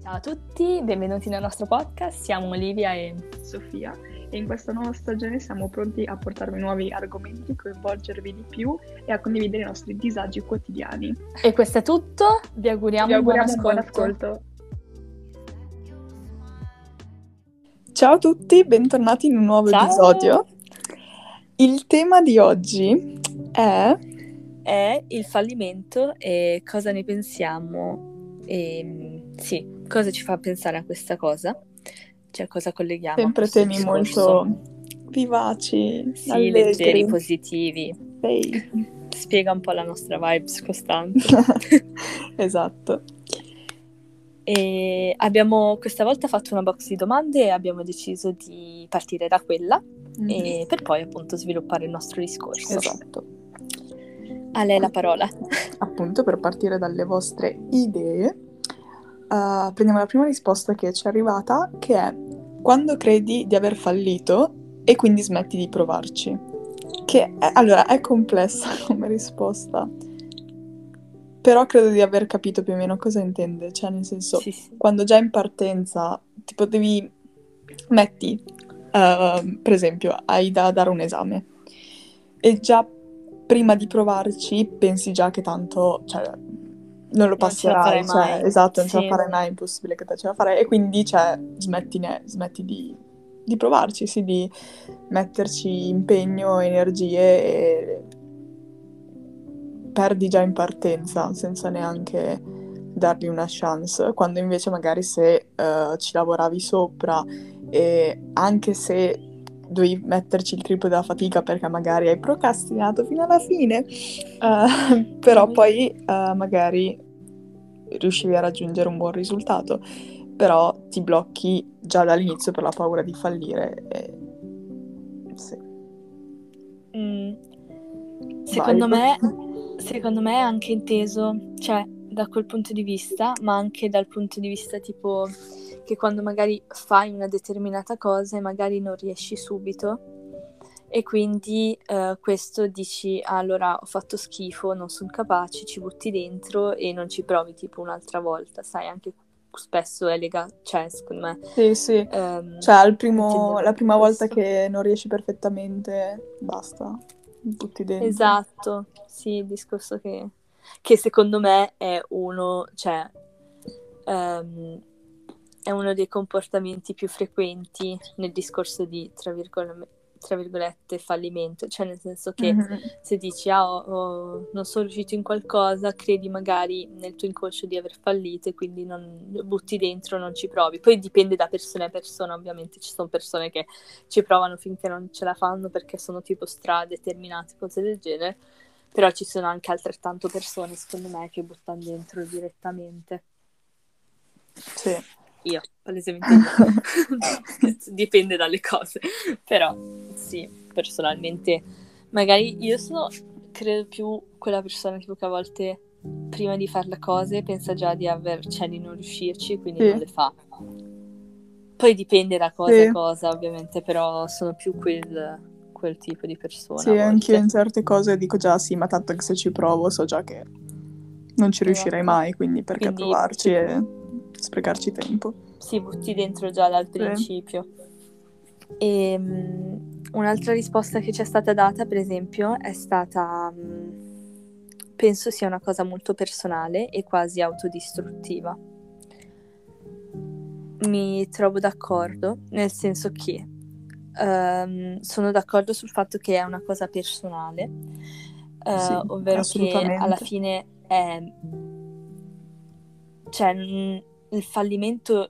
Ciao a tutti, benvenuti nel nostro podcast, siamo Olivia e Sofia e in questa nuova stagione siamo pronti a portarvi nuovi argomenti, coinvolgervi di più e a condividere i nostri disagi quotidiani. E questo è tutto, vi auguriamo un buon un buon ascolto. ascolto. Ciao a tutti, bentornati in un nuovo Ciao. episodio. Il tema di oggi è il fallimento e cosa ne pensiamo e sì, cosa ci fa pensare a questa cosa, cioè cosa colleghiamo a sempre questo temi discorso. molto vivaci, Sì, allegri, leggeri, positivi. Sì. Spiega un po' la nostra vibes costante. Esatto. E abbiamo questa volta fatto una box di domande e abbiamo deciso di partire da quella e per poi appunto sviluppare il nostro discorso. Esatto. A lei la parola. Appunto, per partire dalle vostre idee, prendiamo la prima risposta che ci è arrivata, che è: quando credi di aver fallito e quindi smetti di provarci. Allora, è complessa come risposta, però credo di aver capito più o meno cosa intende. Cioè, nel senso, Sì. quando già in partenza, tipo, metti, per esempio, hai da dare un esame e già prima di provarci pensi già che tanto, cioè, non lo passerai, Non ce la farai mai. Esatto, non ce la Sì. farai mai, è impossibile che te ce la farai, e quindi, cioè, smetti di provarci, sì, di metterci impegno, energie e perdi già in partenza senza neanche dargli una chance, quando invece magari se ci lavoravi sopra e anche se dovevi metterci il triplo della fatica perché magari hai procrastinato fino alla fine, però poi magari riuscivi a raggiungere un buon risultato, però ti blocchi già dall'inizio per la paura di fallire. Sì. Secondo me è anche inteso, cioè da quel punto di vista, ma anche dal punto di vista tipo che quando magari fai una determinata cosa e magari non riesci subito e quindi questo dici allora ho fatto schifo, non sono capace, ci butti dentro e non ci provi tipo un'altra volta, sai, anche spesso è legato, cioè secondo me Sì. Cioè la prima volta questo. che non riesci perfettamente, basta, butti dentro. Esatto, sì, il discorso che secondo me è uno, cioè, è uno dei comportamenti più frequenti nel discorso di, tra virgolette, fallimento, cioè nel senso che se dici non sono riuscito in qualcosa, credi magari nel tuo inconscio di aver fallito e quindi non butti dentro, non ci provi. Poi dipende da persona a persona, ovviamente ci sono persone che ci provano finché non ce la fanno perché sono tipo determinate, cose del genere, però ci sono anche altrettanto persone, secondo me, che buttano dentro direttamente. Sì. Io, palesemente io. Dipende dalle cose, però sì, personalmente magari io credo più quella persona tipo che a volte prima di fare le cose pensa già di non riuscirci, quindi non le fa. Poi dipende da cosa a cosa, ovviamente, però sono più quel tipo di persona. Sì, anch'io in certe cose dico già sì, ma tanto che se ci provo so già che non ci riuscirei mai, quindi perché provarci e sprecarci tempo. Sì, butti dentro già dal principio. E un'altra risposta che ci è stata data, per esempio, è stata penso sia una cosa molto personale e quasi autodistruttiva. Mi trovo d'accordo, nel senso che sono d'accordo sul fatto che è una cosa personale, sì, ovvero che alla fine è, cioè il fallimento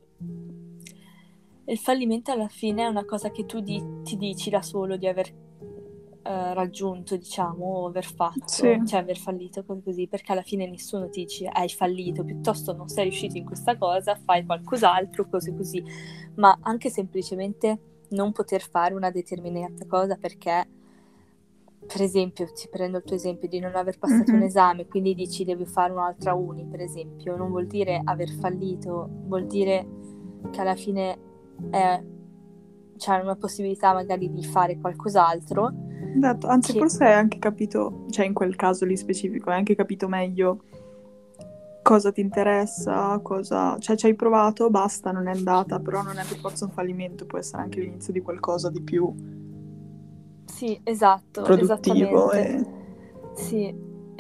alla fine è una cosa che tu ti dici da solo di aver raggiunto, diciamo, o aver fatto, cioè aver fallito, così, perché alla fine nessuno ti dice hai fallito, piuttosto non sei riuscito in questa cosa, fai qualcos'altro, cose così, ma anche semplicemente non poter fare una determinata cosa perché, per esempio, ti prendo il tuo esempio di non aver passato un esame, quindi dici devi fare un'altra uni, per esempio, non vuol dire aver fallito, vuol dire che alla fine c'è una possibilità magari di fare qualcos'altro. Esatto, anzi forse hai anche capito, cioè in quel caso lì specifico, hai anche capito meglio cosa ti interessa, cioè ci hai provato, basta, non è andata, però non è per forza un fallimento, può essere anche l'inizio di qualcosa di più Sì, esatto, produttivo. Sì,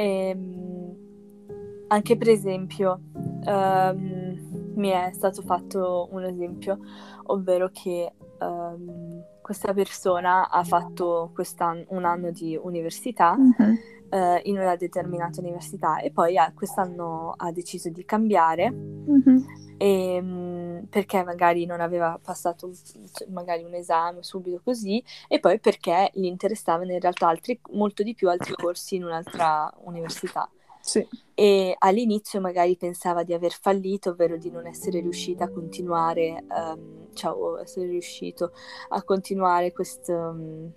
anche per esempio, mi è stato fatto un esempio, ovvero che questa persona ha fatto un anno di università in una determinata università e poi quest'anno ha deciso di cambiare perché magari non aveva passato magari un esame subito così e poi perché gli interessavano in realtà molto di più altri corsi in un'altra università. Sì. E all'inizio magari pensava di aver fallito, ovvero di non essere riuscita a continuare, o essere riuscito a continuare questo,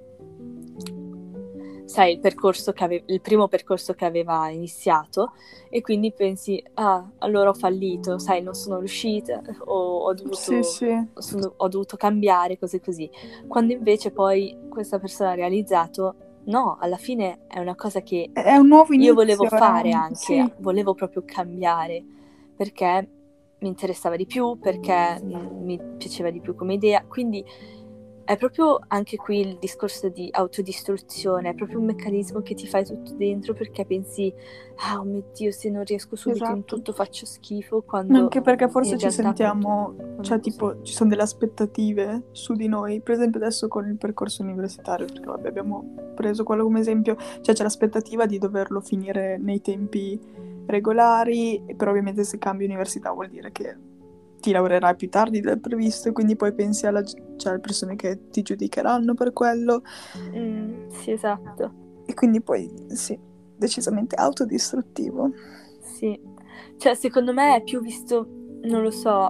sai, il primo percorso che aveva iniziato, e quindi pensi, allora ho fallito, sai, non sono riuscita, ho dovuto cambiare, cose così. Quando invece poi questa persona ha realizzato, no, alla fine è una cosa che è un nuovo inizio, io volevo fare anche, volevo proprio cambiare, perché mi interessava di più, perché mi piaceva di più come idea, quindi è proprio anche qui il discorso di autodistruzione, è proprio un meccanismo che ti fai tutto dentro perché pensi, oh mio Dio, se non riesco subito in tutto faccio schifo, quando anche perché forse ci realtà, sentiamo, appunto, cioè tipo ci sono delle aspettative su di noi, per esempio adesso con il percorso universitario, perché vabbè, abbiamo preso quello come esempio, cioè c'è l'aspettativa di doverlo finire nei tempi regolari, però ovviamente se cambi università vuol dire che ti laureerai più tardi del previsto e quindi poi pensi alle persone che ti giudicheranno per quello. Sì, esatto. E quindi poi sì, decisamente autodistruttivo. Sì, cioè secondo me è più visto, non lo so,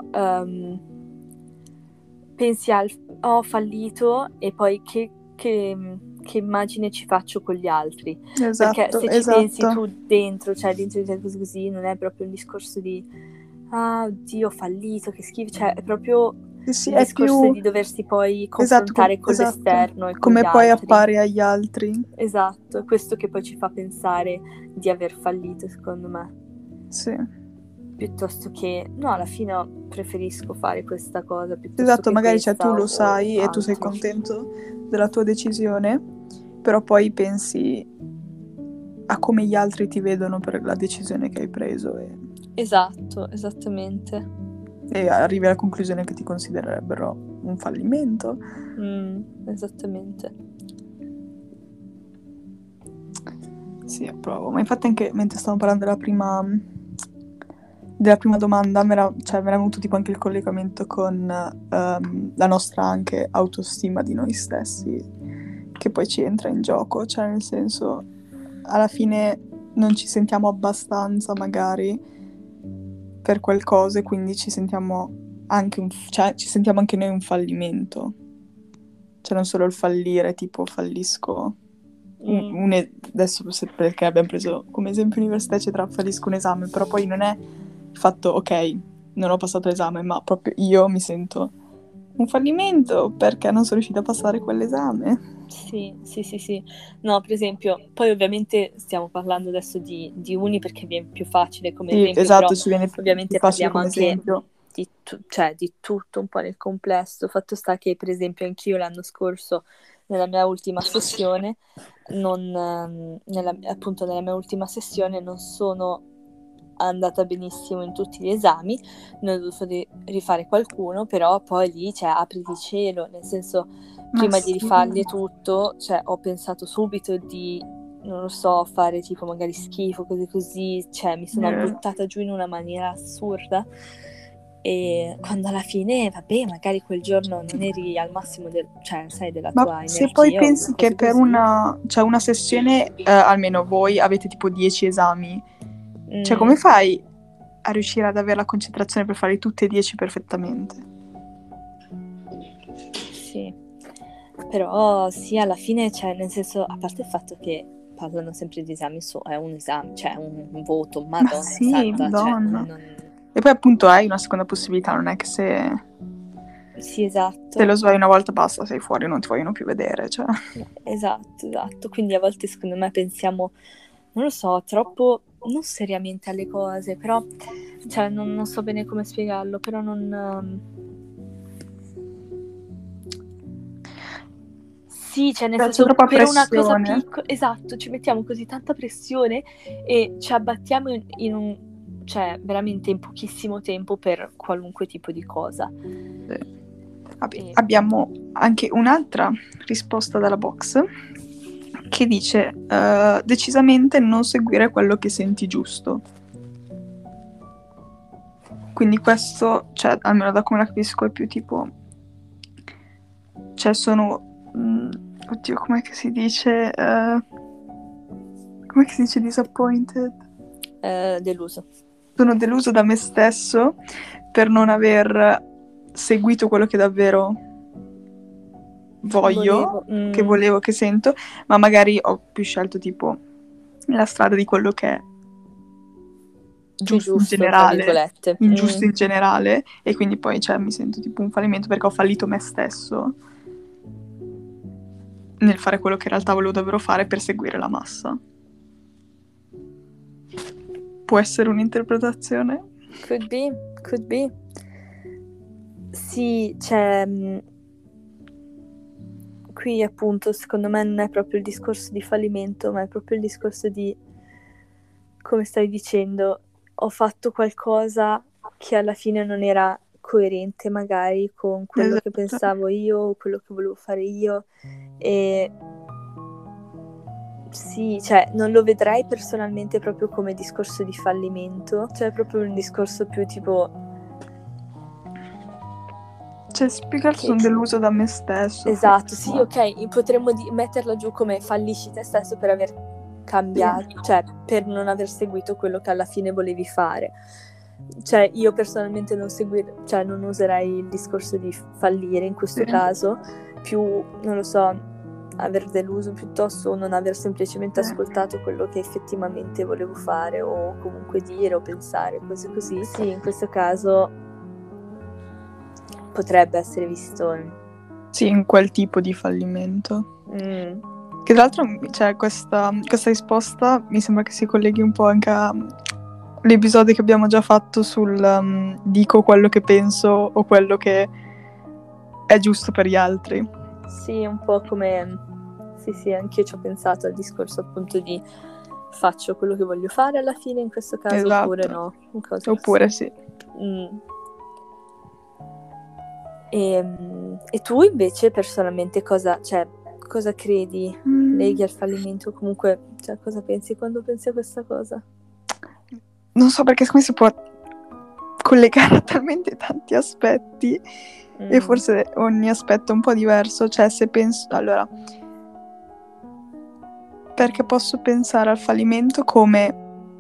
pensi ho fallito e poi che immagine ci faccio con gli altri. Esatto, perché se ci pensi tu dentro, cioè dentro di te così, non è proprio un discorso di oddio, ho fallito, che schifo, cioè è proprio il discorso di doversi poi confrontare con l'esterno e con come gli poi altri. appare agli altri. Esatto, è questo che poi ci fa pensare di aver fallito, secondo me. Sì. Piuttosto che, no, alla fine preferisco fare questa cosa piuttosto esatto, che magari questa, tu lo sai e tu sei contento della tua decisione, però poi pensi a come gli altri ti vedono per la decisione che hai preso. Esatto, esattamente. E arrivi alla conclusione che ti considererebbero un fallimento. Esattamente. Sì, approvo. Ma infatti anche mentre stavamo parlando della prima domanda mi era venuto tipo anche il collegamento con la nostra anche autostima di noi stessi, che poi ci entra in gioco, cioè nel senso alla fine non ci sentiamo abbastanza magari per qualcosa e quindi ci sentiamo anche ci sentiamo anche noi un fallimento, cioè non solo il fallire, tipo fallisco adesso perché abbiamo preso come esempio università eccetera, fallisco un esame, però poi non è il fatto ok, non ho passato l'esame, ma proprio io mi sento un fallimento perché non sono riuscita a passare quell'esame. Sì. No, per esempio, poi ovviamente stiamo parlando adesso di uni perché viene più facile come esempio, esatto, però ci viene ovviamente più facile parliamo come anche esempio. di tutto un po' nel complesso. Fatto sta che per esempio anch'io l'anno scorso nella mia ultima sessione appunto nella mia ultima sessione non sono andata benissimo in tutti gli esami, ne ho dovuto rifare qualcuno, però poi lì apriti cielo, nel senso prima di rifarli tutto, ho pensato subito di, non lo so, fare tipo magari schifo, così, mi sono buttata giù in una maniera assurda. E quando alla fine, vabbè, magari quel giorno non eri al massimo sai, della tua energia. Se poi pensi che per una sessione, almeno voi avete tipo 10 esami, cioè come fai a riuscire ad avere la concentrazione per fare tutti e 10 perfettamente? Sì, però sì, alla fine, nel senso, a parte il fatto che parlano sempre di esami, è un esame, è un voto, Madonna santa, E poi appunto hai una seconda possibilità, non è che se sì, esatto, se lo sbagli una volta basta, sei fuori, non ti vogliono più vedere, esatto, quindi a volte secondo me pensiamo, non lo so, troppo non seriamente alle cose, però cioè non so bene come spiegarlo, però non sì, cioè nel senso troppa per una cosa pressione. piccola, esatto, ci mettiamo così tanta pressione e ci abbattiamo in un, cioè veramente in pochissimo tempo per qualunque tipo di cosa. Abbiamo anche un'altra risposta dalla box che dice decisamente non seguire quello che senti giusto. Quindi questo, cioè, almeno da come la capisco, è più tipo, cioè sono oddio, com'è che si dice disappointed? Deluso. Sono deluso da me stesso per non aver seguito quello che davvero che volevo, che sento, ma magari ho più scelto tipo la strada di quello che è giusto in generale, ingiusto in generale, e quindi poi cioè, mi sento tipo un fallimento perché ho fallito me stesso nel fare quello che in realtà volevo davvero fare per seguire la massa. Può essere un'interpretazione? Could be. Sì, cioè qui appunto secondo me non è proprio il discorso di fallimento, ma è proprio il discorso di, come stai dicendo, ho fatto qualcosa che alla fine non era coerente magari con quello che pensavo io o quello che volevo fare io, e sì, cioè non lo vedrei personalmente proprio come discorso di fallimento, cioè è proprio un discorso più tipo, cioè spiegare sono deluso da me stesso. Esatto, sì, ok, potremmo metterla giù come fallisci te stesso per aver cambiato, cioè per non aver seguito quello che alla fine volevi fare. Cioè io personalmente non userei il discorso di fallire in questo caso, più, non lo so, aver deluso piuttosto, o non aver semplicemente ascoltato quello che effettivamente volevo fare o comunque dire o pensare, cose così. Sì, in questo caso potrebbe essere visto in quel tipo di fallimento. Che tra l'altro, cioè, questa risposta mi sembra che si colleghi un po' anche all'episodio che abbiamo già fatto sul dico quello che penso o quello che è giusto per gli altri. Sì, un po' come sì, anch'io ci ho pensato al discorso appunto di faccio quello che voglio fare alla fine in questo caso, oppure no. Oppure sì. E tu invece personalmente cosa credi leghi al fallimento? Comunque, cioè, cosa pensi quando pensi a questa cosa? Non so, perché secondo me si può collegare a talmente tanti aspetti e forse ogni aspetto è un po' diverso. Cioè, se penso, allora, perché posso pensare al fallimento come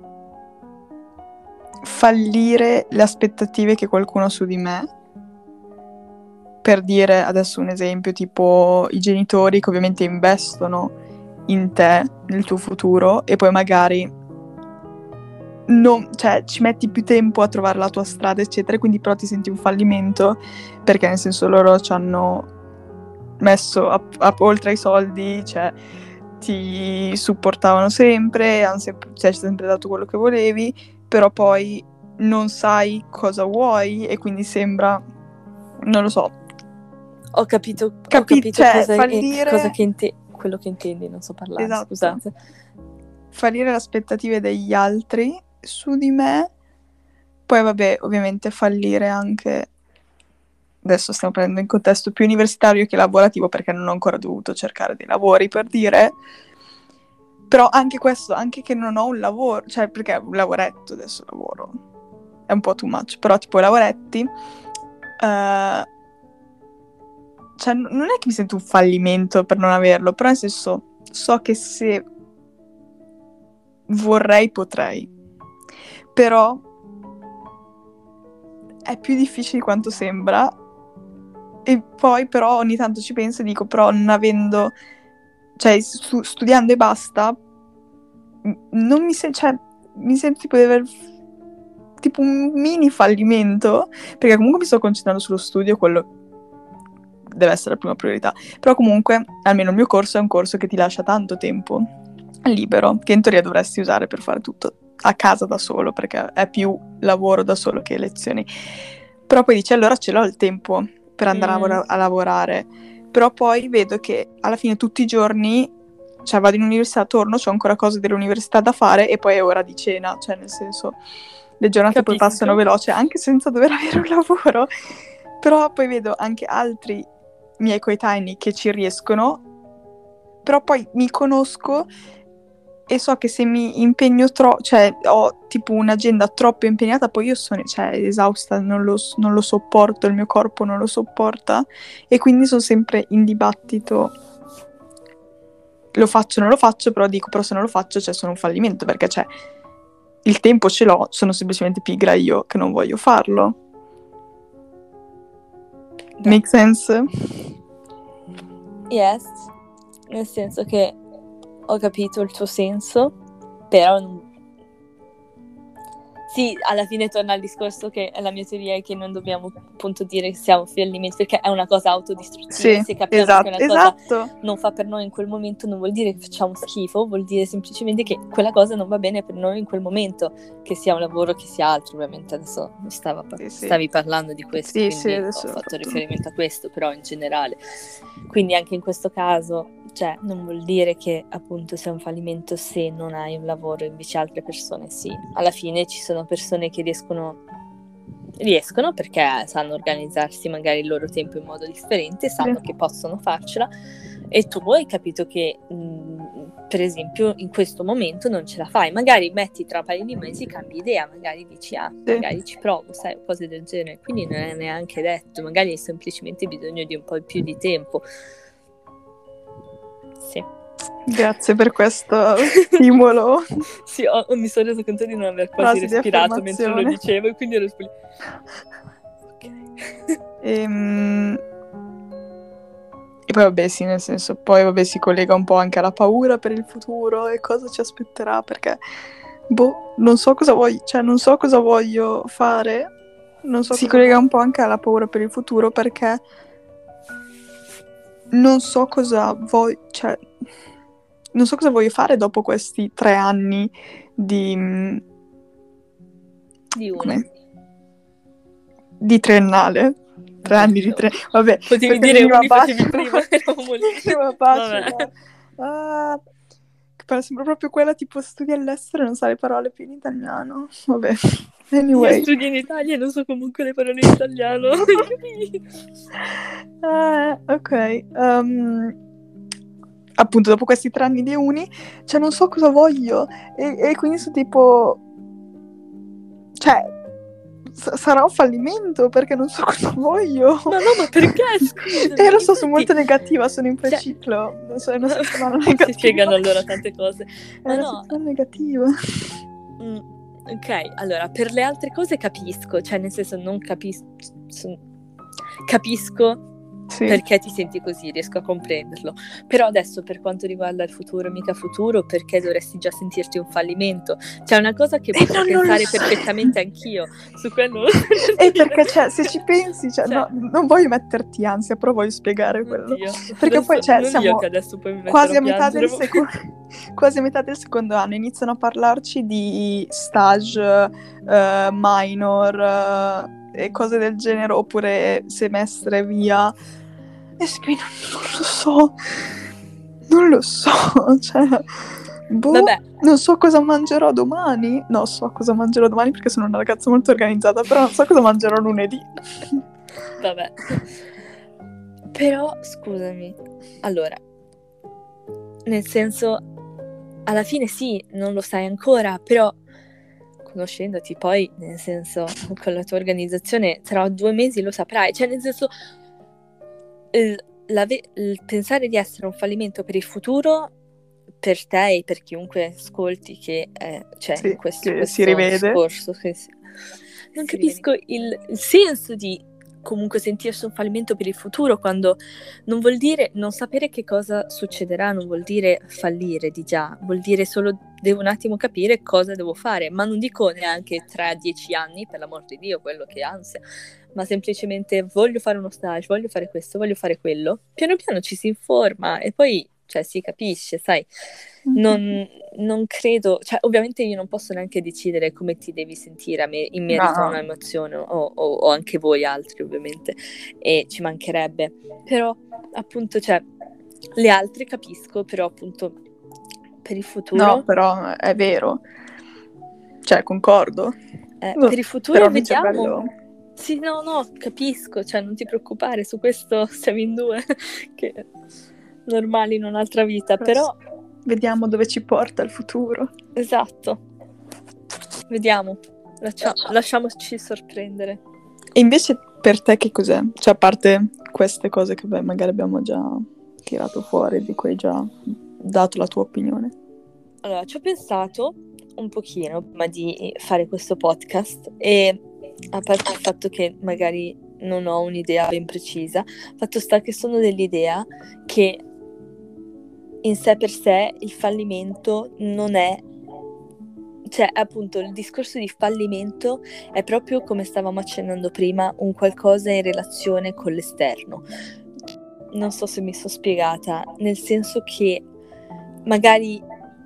fallire le aspettative che qualcuno ha su di me. Per dire adesso un esempio, tipo i genitori che ovviamente investono in te, nel tuo futuro, e poi magari ci metti più tempo a trovare la tua strada, eccetera, quindi però ti senti un fallimento, perché nel senso loro ci hanno messo oltre ai soldi, cioè ti supportavano sempre, ci hai sempre dato quello che volevi, però poi non sai cosa vuoi e quindi sembra, non lo so. Ho capito cioè, quello che intendi, non so parlare, esatto. Scusate. Fallire le aspettative degli altri su di me, poi vabbè, ovviamente fallire anche, adesso stiamo prendendo in contesto più universitario che lavorativo, perché non ho ancora dovuto cercare dei lavori, per dire, però anche questo, anche che non ho un lavoro, cioè perché un lavoretto, adesso lavoro, è un po' too much, però tipo i lavoretti, cioè non è che mi sento un fallimento per non averlo, però nel senso so che se vorrei potrei, però è più difficile di quanto sembra, e poi però ogni tanto ci penso e dico, però non avendo, cioè studiando e basta, non mi sento tipo di aver tipo un mini fallimento, perché comunque mi sto concentrando sullo studio, quello deve essere la prima priorità, però comunque almeno il mio corso è un corso che ti lascia tanto tempo libero, che in teoria dovresti usare per fare tutto a casa da solo, perché è più lavoro da solo che lezioni. Però poi dice, allora ce l'ho il tempo per andare a lavorare. Però poi vedo che alla fine tutti i giorni, cioè vado in università, torno, c'ho ancora cose dell'università da fare e poi è ora di cena, cioè nel senso le giornate poi passano veloce anche senza dover avere un lavoro. Però poi vedo anche altri miei coetanei che ci riescono, però poi mi conosco e so che se mi impegno troppo, cioè ho tipo un'agenda troppo impegnata, poi io sono, cioè, esausta, non lo sopporto, il mio corpo non lo sopporta e quindi sono sempre in dibattito. Lo faccio, non lo faccio, però dico, però se non lo faccio, cioè, sono un fallimento, perché cioè, il tempo ce l'ho, sono semplicemente pigra io che non voglio farlo. Make sense? Yes, nel senso che ho capito il tuo senso, però sì, alla fine torna al discorso che la mia teoria è che non dobbiamo appunto dire che siamo fallimenti, perché è una cosa autodistruttiva. Sì, se capiamo esatto, che una cosa non fa per noi in quel momento, non vuol dire che facciamo schifo, vuol dire semplicemente che quella cosa non va bene per noi in quel momento, che sia un lavoro, che sia altro. Ovviamente adesso stavi parlando di questo, quindi ho fatto riferimento a questo, però in generale. Quindi anche in questo caso, cioè, non vuol dire che appunto sia un fallimento se non hai un lavoro, invece altre persone sì. Alla fine ci sono persone che riescono perché sanno organizzarsi magari il loro tempo in modo differente, sanno che possono farcela, e tu hai capito che per esempio in questo momento non ce la fai, magari metti tra un paio di mesi, cambi idea, magari dici magari ci provo, sai, cose del genere, quindi non è neanche detto, magari hai semplicemente bisogno di un po' più di tempo. Sì. Grazie per questo stimolo. Sì, mi sono reso conto di non aver quasi respirato mentre lo dicevo e quindi ero E poi vabbè sì, nel senso, poi vabbè si collega un po' anche alla paura per il futuro e cosa ci aspetterà, perché non so cosa voglio fare, si collega un po' anche alla paura per il futuro, perché non so cosa voglio fare dopo questi 3 anni di triennale. 3 anni di triennale. Vabbè, potevi dire facevi prima. Sembra proprio quella tipo studi all'estero e non sa le parole più in italiano. Vabbè. Anyway. Io studio in Italia e non so comunque le parole in italiano. Ok. Appunto, dopo questi 3 anni di uni, cioè non so cosa voglio. E quindi sono tipo... Cioè, sarà un fallimento perché non so cosa voglio. No, ma perché? Scusa. Lo so, sono molto negativa, sono in preciclo. Non so, è una settimana negativa. Si spiegano allora tante cose. È una settimana negativa. Ok, allora, per le altre cose capisco, cioè nel senso non capisco perché ti senti così, riesco a comprenderlo. Però adesso per quanto riguarda il futuro, mica futuro, perché dovresti già sentirti un fallimento? C'è una cosa che potrei pensare perfettamente anch'io, su quello. E perché se ci pensi, no, non voglio metterti ansia, però voglio spiegare quello. Oddio. Perché poi siamo quasi a metà quasi a metà del secondo anno, iniziano a parlarci di stage, minor e cose del genere, oppure semestre via, e non lo so, cioè vabbè. non so cosa mangerò domani. No, so cosa mangerò domani perché sono una ragazza molto organizzata, però non so cosa mangerò lunedì. Vabbè. Però scusami, allora, nel senso, alla fine sì, non lo sai ancora, però conoscendoti poi, nel senso, con la tua organizzazione, tra 2 mesi lo saprai, cioè nel senso, il pensare di essere un fallimento per il futuro, per te e per chiunque ascolti che in questo si rivede discorso, non capisco il senso di comunque sentirsi un fallimento per il futuro, quando non vuol dire non sapere che cosa succederà, non vuol dire fallire di già, vuol dire solo devo un attimo capire cosa devo fare, ma non dico neanche tra 10 anni, per l'amor di Dio, quello che ansia, ma semplicemente voglio fare uno stage, voglio fare questo, voglio fare quello, piano piano ci si informa e poi cioè si capisce, sai, non credo, cioè ovviamente io non posso neanche decidere come ti devi sentire in merito a un'emozione o anche voi altri ovviamente, e ci mancherebbe, però appunto cioè le altre capisco, però appunto per il futuro... No, però è vero, cioè concordo. Per il futuro però vediamo... cervello... Sì, no, capisco, cioè non ti preoccupare, su questo siamo in due, che normali in un'altra vita, però... Vediamo dove ci porta il futuro. Esatto, vediamo, lasciamoci sorprendere. E invece per te che cos'è? Cioè a parte queste cose che magari abbiamo già tirato fuori, di cui hai già dato la tua opinione. Allora, ci ho pensato un pochino prima di fare questo podcast e a parte il fatto che magari non ho un'idea ben precisa, fatto sta che sono dell'idea che in sé per sé il fallimento non è, cioè appunto il discorso di fallimento è proprio, come stavamo accennando prima, un qualcosa in relazione con l'esterno. Non so se mi sono spiegata, nel senso che magari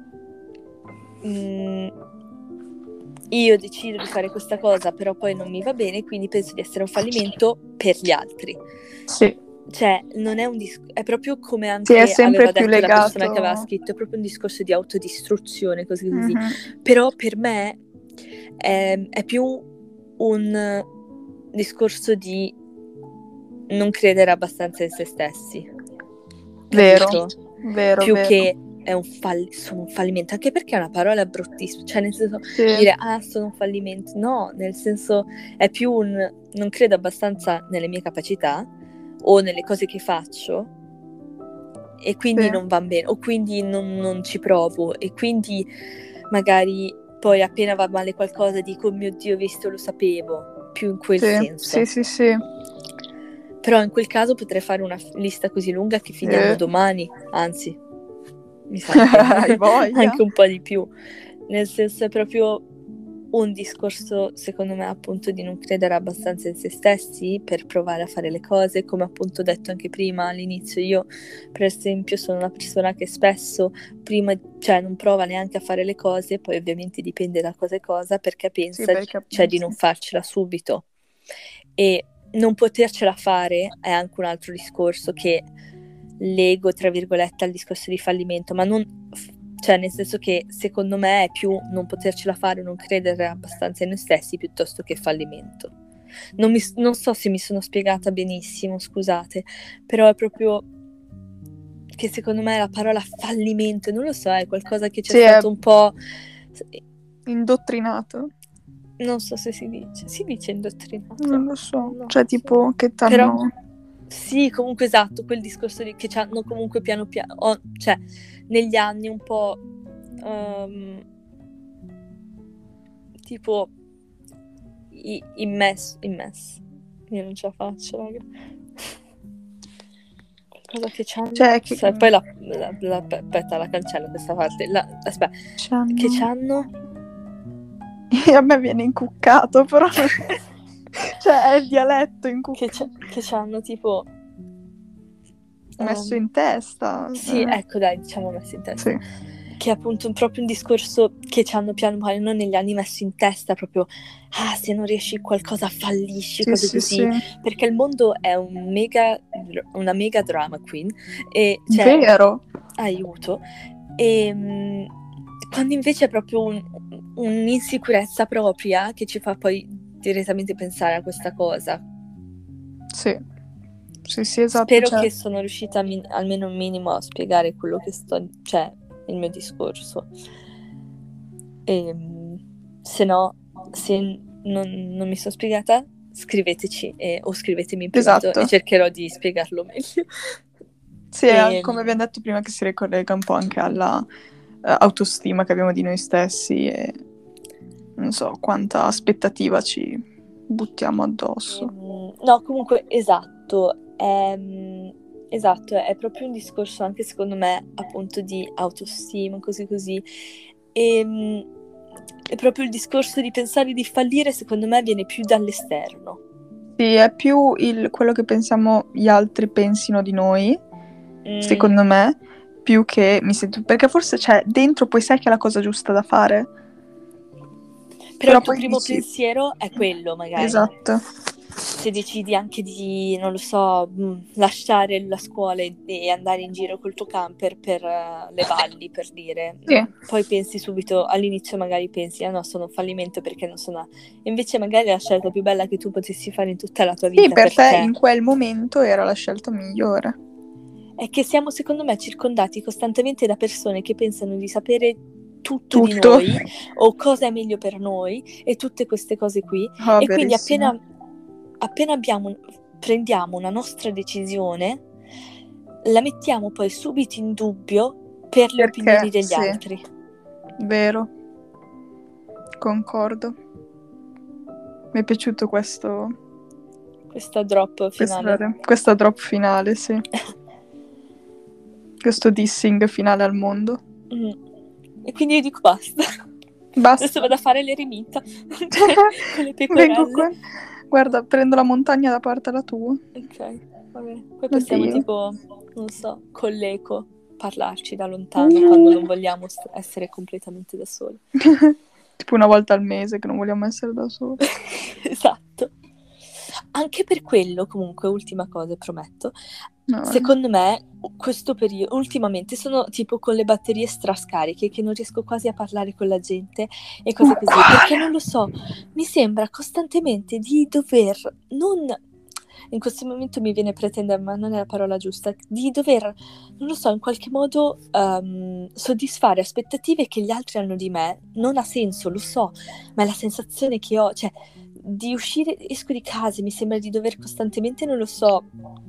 io decido di fare questa cosa, però poi non mi va bene, quindi penso di essere un fallimento per gli altri. Sì. Cioè, non è un è proprio come anche è sempre aveva più detto legato... la persona che aveva scritto, è proprio un discorso di autodistruzione, così. Però per me è più un discorso di non credere abbastanza in se stessi. Capito? Vero. Più che è sono un fallimento, anche perché è una parola bruttissima, cioè nel senso dire sono un fallimento, no, nel senso è più un non credo abbastanza nelle mie capacità o nelle cose che faccio e quindi non va bene, o quindi non ci provo, e quindi magari poi appena va male qualcosa dico mio Dio, visto, lo sapevo, più in quel senso. Sì. Però in quel caso potrei fare una lista così lunga che finiamo domani, anzi mi sa che anche un po' di più, nel senso è proprio un discorso secondo me appunto di non credere abbastanza in se stessi per provare a fare le cose, come appunto detto anche prima all'inizio. Io per esempio sono una persona che spesso prima, cioè non prova neanche a fare le cose, poi ovviamente dipende da cosa è cosa, perché pensa cioè di non farcela subito, e non potercela fare è anche un altro discorso che lego tra virgolette al discorso di fallimento, ma non, cioè nel senso che secondo me è più non potercela fare, non credere abbastanza in noi stessi piuttosto che fallimento. Non so se mi sono spiegata benissimo, scusate, però è proprio che secondo me la parola fallimento, non lo so, è qualcosa che c'è stato un po' indottrinato. Non so se si dice indottrinato. Non lo so, cioè tipo che t'hanno... Però, sì, comunque esatto, quel discorso che ci hanno comunque piano piano, cioè negli anni un po' tipo immesso, io non ce la faccio, raga. Qualcosa che ci hanno, cioè, poi aspetta, la cancello questa parte, aspetta, che ci hanno... A me viene incuccato, però cioè è il dialetto incuccato. Che ci hanno tipo messo in testa. Sì, ecco, dai, diciamo messo in testa. Sì. Che è appunto proprio un discorso che ci hanno piano piano negli anni messo in testa, proprio se non riesci qualcosa fallisci, cose così. Sì. Perché il mondo è una mega drama queen. E, cioè, vero. Aiuto. E quando invece è proprio un'insicurezza propria che ci fa poi direttamente pensare a questa cosa. Sì, esatto. Spero che sono riuscita almeno un minimo a spiegare quello che cioè il mio discorso. E se no, se non mi sono spiegata, scriveteci o scrivetemi in privato, e cercherò di spiegarlo meglio. Sì, come abbiamo detto prima, che si ricollega un po' anche alla autostima che abbiamo di noi stessi e non so quanta aspettativa ci buttiamo addosso. No, comunque esatto, è proprio un discorso anche secondo me appunto di autostima, così, e è proprio il discorso di pensare di fallire, secondo me viene più dall'esterno. Sì, è più quello che pensiamo gli altri pensino di noi, secondo me, più che mi sento, perché forse dentro poi sai che è la cosa giusta da fare. Però il tuo primo pensiero è quello, magari. Esatto. Se decidi anche di, non lo so, lasciare la scuola e andare in giro col tuo camper per le valli, per dire, sì. Poi pensi subito, all'inizio magari pensi, no, sono un fallimento perché non sono... Invece magari è la scelta più bella che tu potessi fare in tutta la tua vita. Sì, per te in quel momento era la scelta migliore. È che siamo, secondo me, circondati costantemente da persone che pensano di sapere tutto di noi, o cosa è meglio per noi, e tutte queste cose qui. Oh, e quindi verissimo. appena prendiamo una nostra decisione, la mettiamo poi subito in dubbio per le opinioni degli altri. Vero. Concordo. Mi è piaciuto questa drop finale. Questa drop finale, sì. Questo dissing finale al mondo. E quindi io dico basta. Adesso vado a fare l'eremita con le pecorelle. Vengo qua. Guarda, prendo la montagna da parte la tua. Ok, vabbè. Poi possiamo tipo, non so, con l'eco parlarci da lontano quando non vogliamo essere completamente da soli. Tipo una volta al mese che non vogliamo essere da soli. Esatto. Anche per quello, comunque, ultima cosa, prometto, secondo me questo periodo, ultimamente, sono tipo con le batterie strascariche, che non riesco quasi a parlare con la gente e cose così, perché non lo so, mi sembra costantemente di dover, in questo momento mi viene pretendere, ma non è la parola giusta, di dover, non lo so, in qualche modo soddisfare aspettative che gli altri hanno di me. Non ha senso, lo so, ma è la sensazione che ho, cioè di uscire, esco di casa, mi sembra di dover costantemente, non lo so,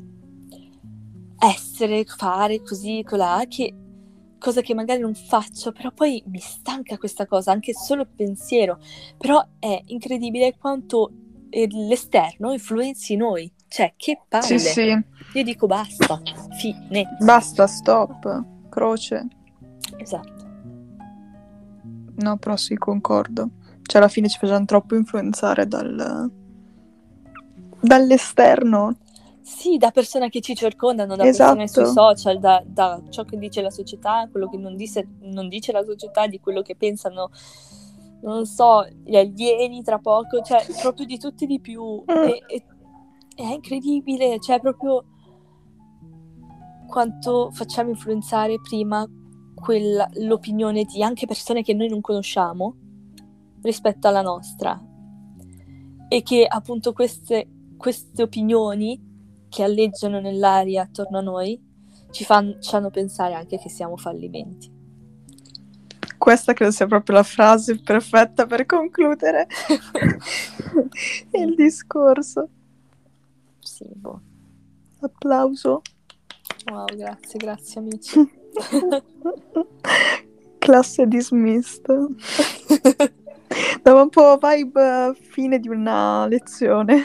fare così, colà, cosa che magari non faccio, però poi mi stanca questa cosa, anche solo il pensiero. Però è incredibile quanto l'esterno influenzi noi, cioè che palle. Sì. Io dico basta, fine. Basta, stop, croce. Esatto. No, però sì, concordo. Cioè alla fine ci facciamo troppo influenzare dall'esterno. Sì, da persone che ci circondano, da persone sui social, da ciò che dice la società, quello che non dice la società, di quello che pensano, non so, gli alieni tra poco, cioè proprio di tutti di più. È incredibile, cioè proprio quanto facciamo influenzare prima l'opinione di anche persone che noi non conosciamo rispetto alla nostra, e che appunto queste opinioni che alleggiano nell'aria attorno a noi ci fanno pensare anche che siamo fallimenti. Questa credo sia proprio la frase perfetta per concludere il discorso. Sì, boh. Applauso. Wow, grazie amici. Classe dismissed. Dava un po' vibe fine di una lezione.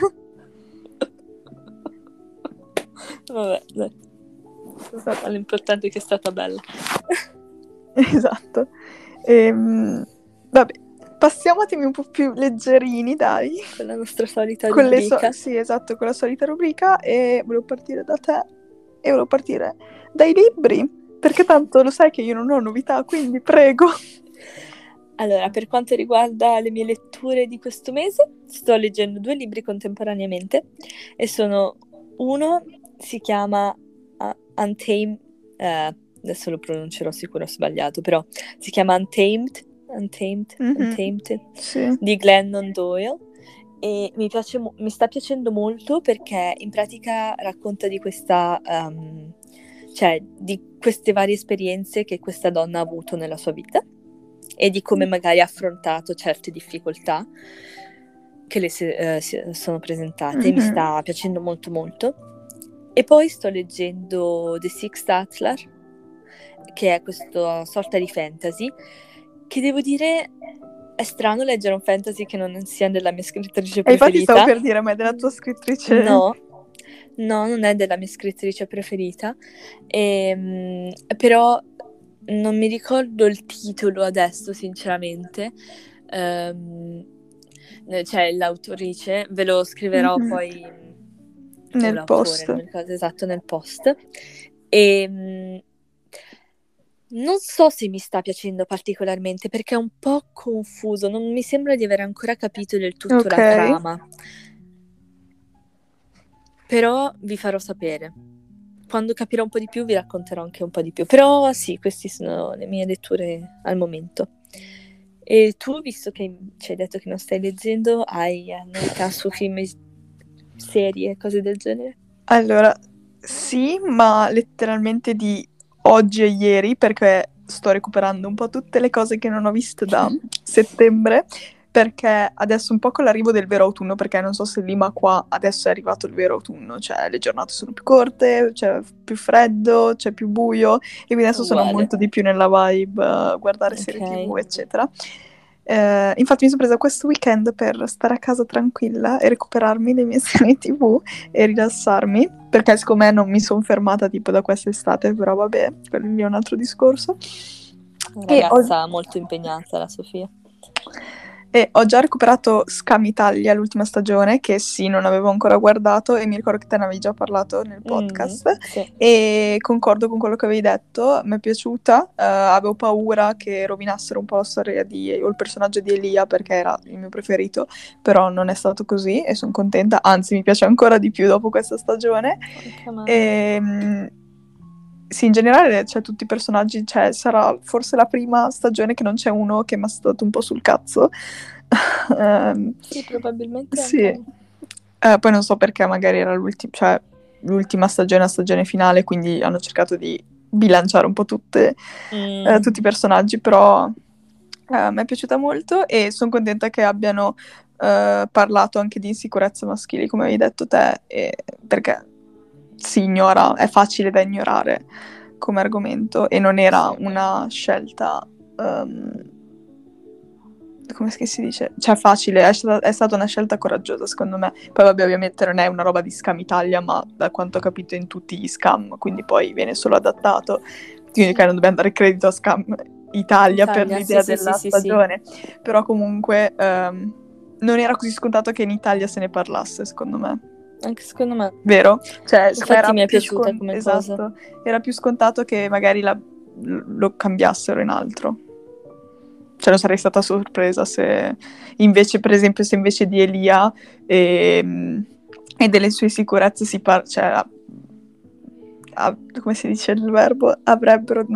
Vabbè, dai. L'importante è che è stata bella. Esatto. Vabbè, passiamo a temi un po' più leggerini, dai. Con la nostra solita rubrica. Sì, esatto, con la solita rubrica. E volevo partire da te. E volevo partire dai libri. Perché tanto lo sai che io non ho novità, quindi prego. Allora, per quanto riguarda le mie letture di questo mese, sto leggendo 2 libri contemporaneamente. E sono... Uno si chiama Untamed, adesso lo pronuncerò sicuro sbagliato, però si chiama Untamed, sì. Di Glennon Doyle, e mi sta piacendo molto perché in pratica racconta di questa cioè di queste varie esperienze che questa donna ha avuto nella sua vita e di come magari ha affrontato certe difficoltà che le sono presentate. Mi sta piacendo molto molto. E poi sto leggendo The Sixth Atlar, che è questa sorta di fantasy, che devo dire è strano leggere un fantasy che non sia della mia scrittrice preferita. E infatti stavo per dire, ma è della tua scrittrice? No, non è della mia scrittrice preferita, però non mi ricordo il titolo adesso, sinceramente. Cioè l'autrice, ve lo scriverò poi nel post. Esatto, nel post. E Non so se mi sta piacendo particolarmente perché è un po' confuso, non mi sembra di aver ancora capito del tutto la trama. Però vi farò sapere. Quando capirò un po' di più vi racconterò anche un po' di più. Però sì, queste sono le mie letture al momento. E tu, visto che ci hai detto che non stai leggendo, hai novità su film, serie, cose del genere? Allora, sì, ma letteralmente di oggi e ieri, perché sto recuperando un po' tutte le cose che non ho visto da settembre, perché adesso un po' con l'arrivo del vero autunno, perché non so se lì, ma qua adesso è arrivato il vero autunno, cioè le giornate sono più corte, c'è più freddo, c'è più buio, e quindi adesso sono molto di più nella vibe, guardare serie TV, eccetera. Infatti mi sono presa questo weekend per stare a casa tranquilla e recuperarmi le mie serie TV e rilassarmi, perché siccome non mi sono fermata tipo da quest'estate, però vabbè, quello lì è un altro discorso. Ragazza molto impegnata, la Sofia. E ho già recuperato Scam Italia, l'ultima stagione, che sì, non avevo ancora guardato, e mi ricordo che te ne avevi già parlato nel podcast, sì. E concordo con quello che avevi detto, mi è piaciuta, avevo paura che rovinassero un po' la storia o il personaggio di Elia, perché era il mio preferito, però non è stato così e sono contenta, anzi mi piace ancora di più dopo questa stagione. Sì, in generale c'è tutti i personaggi, cioè sarà forse la prima stagione che non c'è uno che mi ha stato un po' sul cazzo. Sì, probabilmente sì. Poi non so perché magari era l'ultima stagione, la stagione finale, quindi hanno cercato di bilanciare un po' tutti i personaggi, però mi è piaciuta molto e sono contenta che abbiano parlato anche di insicurezze maschili, come avevi detto te, perché si ignora, è facile da ignorare come argomento e non era una scelta, come si dice? Cioè facile, è stata una scelta coraggiosa secondo me. Poi vabbè, ovviamente non è una roba di Scam Italia, ma da quanto ho capito in tutti gli scam, quindi poi viene solo adattato, quindi che non dobbiamo dare credito a Scam Italia per l'idea della stagione. Però comunque non era così scontato che in Italia se ne parlasse, secondo me. Anche secondo me. Vero? Cioè, infatti mi è piaciuta come cosa. Era più scontato che magari lo cambiassero in altro. Cioè non sarei stata sorpresa se invece, per esempio, se invece di Elia e delle sue sicurezze si parla, cioè come si dice il verbo? Avessero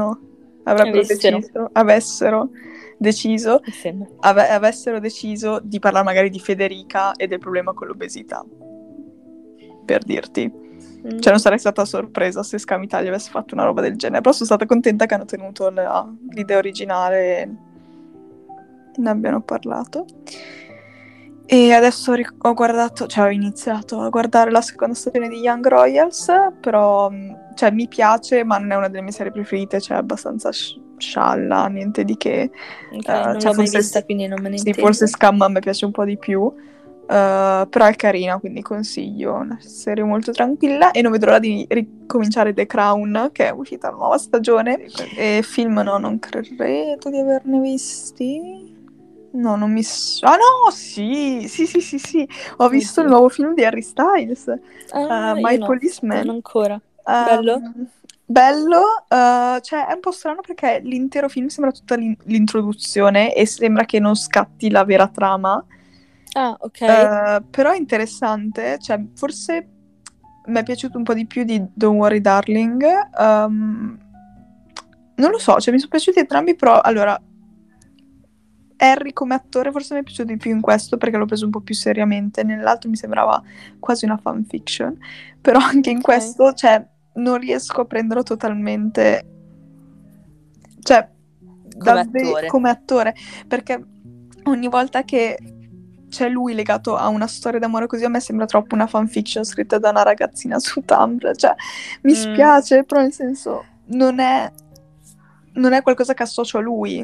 deciso di parlare magari di Federica e del problema con l'obesità, per dirti. Cioè non sarei stata sorpresa se Scam Italia avesse fatto una roba del genere, però sono stata contenta che hanno tenuto l'idea originale e ne abbiano parlato. E adesso ho iniziato a guardare la seconda stagione di Young Royals, però cioè, mi piace, ma non è una delle mie serie preferite, cioè è abbastanza scialla, niente di che. Non l'ho mai vista, quindi non me ne intendo. Sì, forse Scam a me piace un po' di più, però è carina, quindi consiglio, una serie molto tranquilla e non vedo l'ora di ricominciare The Crown, che è uscita la nuova stagione, e film non credo di averne visti. No, non mi... Ah no, sì, ho visto il nuovo film di Harry Styles, My Policeman. Non ancora. Bello? Bello, cioè è un po' strano perché l'intero film sembra tutta l'introduzione e sembra che non scatti la vera trama. Ah, ok. Però è interessante, cioè forse mi è piaciuto un po' di più di Don't Worry Darling. Non lo so, cioè mi sono piaciuti entrambi, però allora Harry come attore forse mi è piaciuto di più in questo perché l'ho preso un po' più seriamente, nell'altro mi sembrava quasi una fanfiction, però anche in questo, cioè, non riesco a prenderlo totalmente, cioè, come attore, perché ogni volta che c'è lui legato a una storia d'amore così, a me sembra troppo una fanfiction scritta da una ragazzina su Tumblr, cioè, mi spiace, però nel senso, non è qualcosa che associo a lui.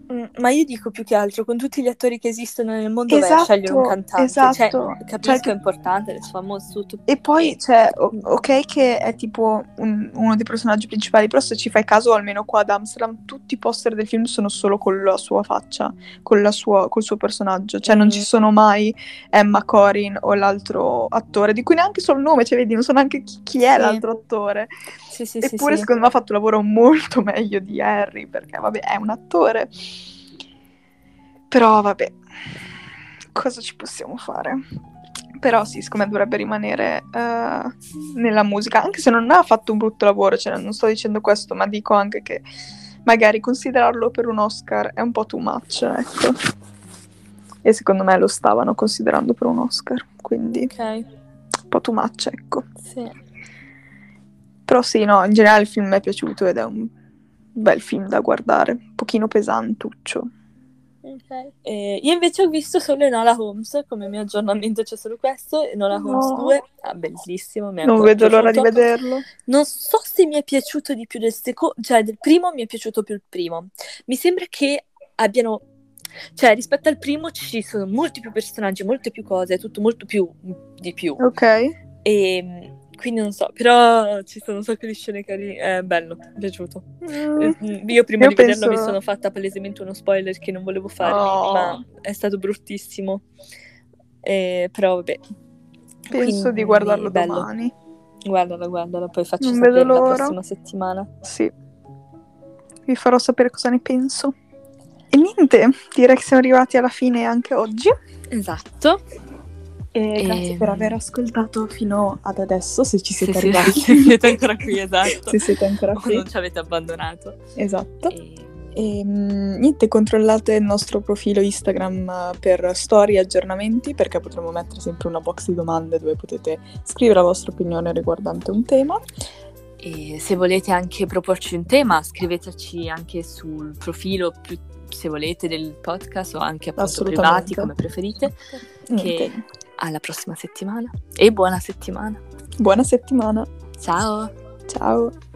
Ma io dico più che altro, con tutti gli attori che esistono nel mondo, vai a scegliere un cantante. Esatto. Capisco, è importante, le famose tutto. E poi, ok che è tipo uno dei personaggi principali, però se ci fai caso, almeno qua ad Amsterdam, tutti i poster del film sono solo con la sua faccia, col suo personaggio. Cioè non ci sono mai Emma Corrin o l'altro attore, di cui neanche so il nome, cioè vedi, non so neanche chi è l'altro attore. Eppure secondo me ha fatto un lavoro molto meglio di Harry, perché vabbè, è un attore. Però vabbè, cosa ci possiamo fare? Però sì, secondo me dovrebbe rimanere nella musica, anche se non ha fatto un brutto lavoro, cioè non sto dicendo questo, ma dico anche che magari considerarlo per un Oscar è un po' too much, ecco. E secondo me lo stavano considerando per un Oscar, quindi un po' too much, ecco. Sì. Però sì, no, in generale il film mi è piaciuto ed è un bel film da guardare, un pochino pesantuccio. Io invece ho visto solo Enola Holmes, come mio aggiornamento c'è solo questo, Enola Holmes 2, bellissimo, mi è non vedo l'ora di vederlo. Non so se mi è piaciuto di più del secondo, cioè del primo mi è piaciuto più il primo. Mi sembra che abbiano, cioè rispetto al primo ci sono molti più personaggi, molte più cose, è tutto molto più di più. Ok. E quindi non so, però ci sono un sacco di scene carine, è bello, mi è piaciuto. Io prima di vederlo mi sono fatta palesemente uno spoiler che non volevo farmi, ma è stato bruttissimo. Però vabbè. Penso di guardarlo domani. Guardala, poi faccio sapere la prossima settimana. Sì. Vi farò sapere cosa ne penso. E niente, direi che siamo arrivati alla fine anche oggi. Esatto. E grazie per aver ascoltato fino ad adesso, se ci siete arrivati. Se siete ancora qui, esatto. Se siete ancora qui. O non ci avete abbandonato. Esatto. E niente, controllate il nostro profilo Instagram per storie e aggiornamenti, perché potremo mettere sempre una box di domande dove potete scrivere la vostra opinione riguardante un tema. E se volete anche proporci un tema, scriveteci anche sul profilo se volete del podcast o anche appunto privati, come preferite. Che alla prossima settimana e buona settimana. Buona settimana. Ciao. Ciao.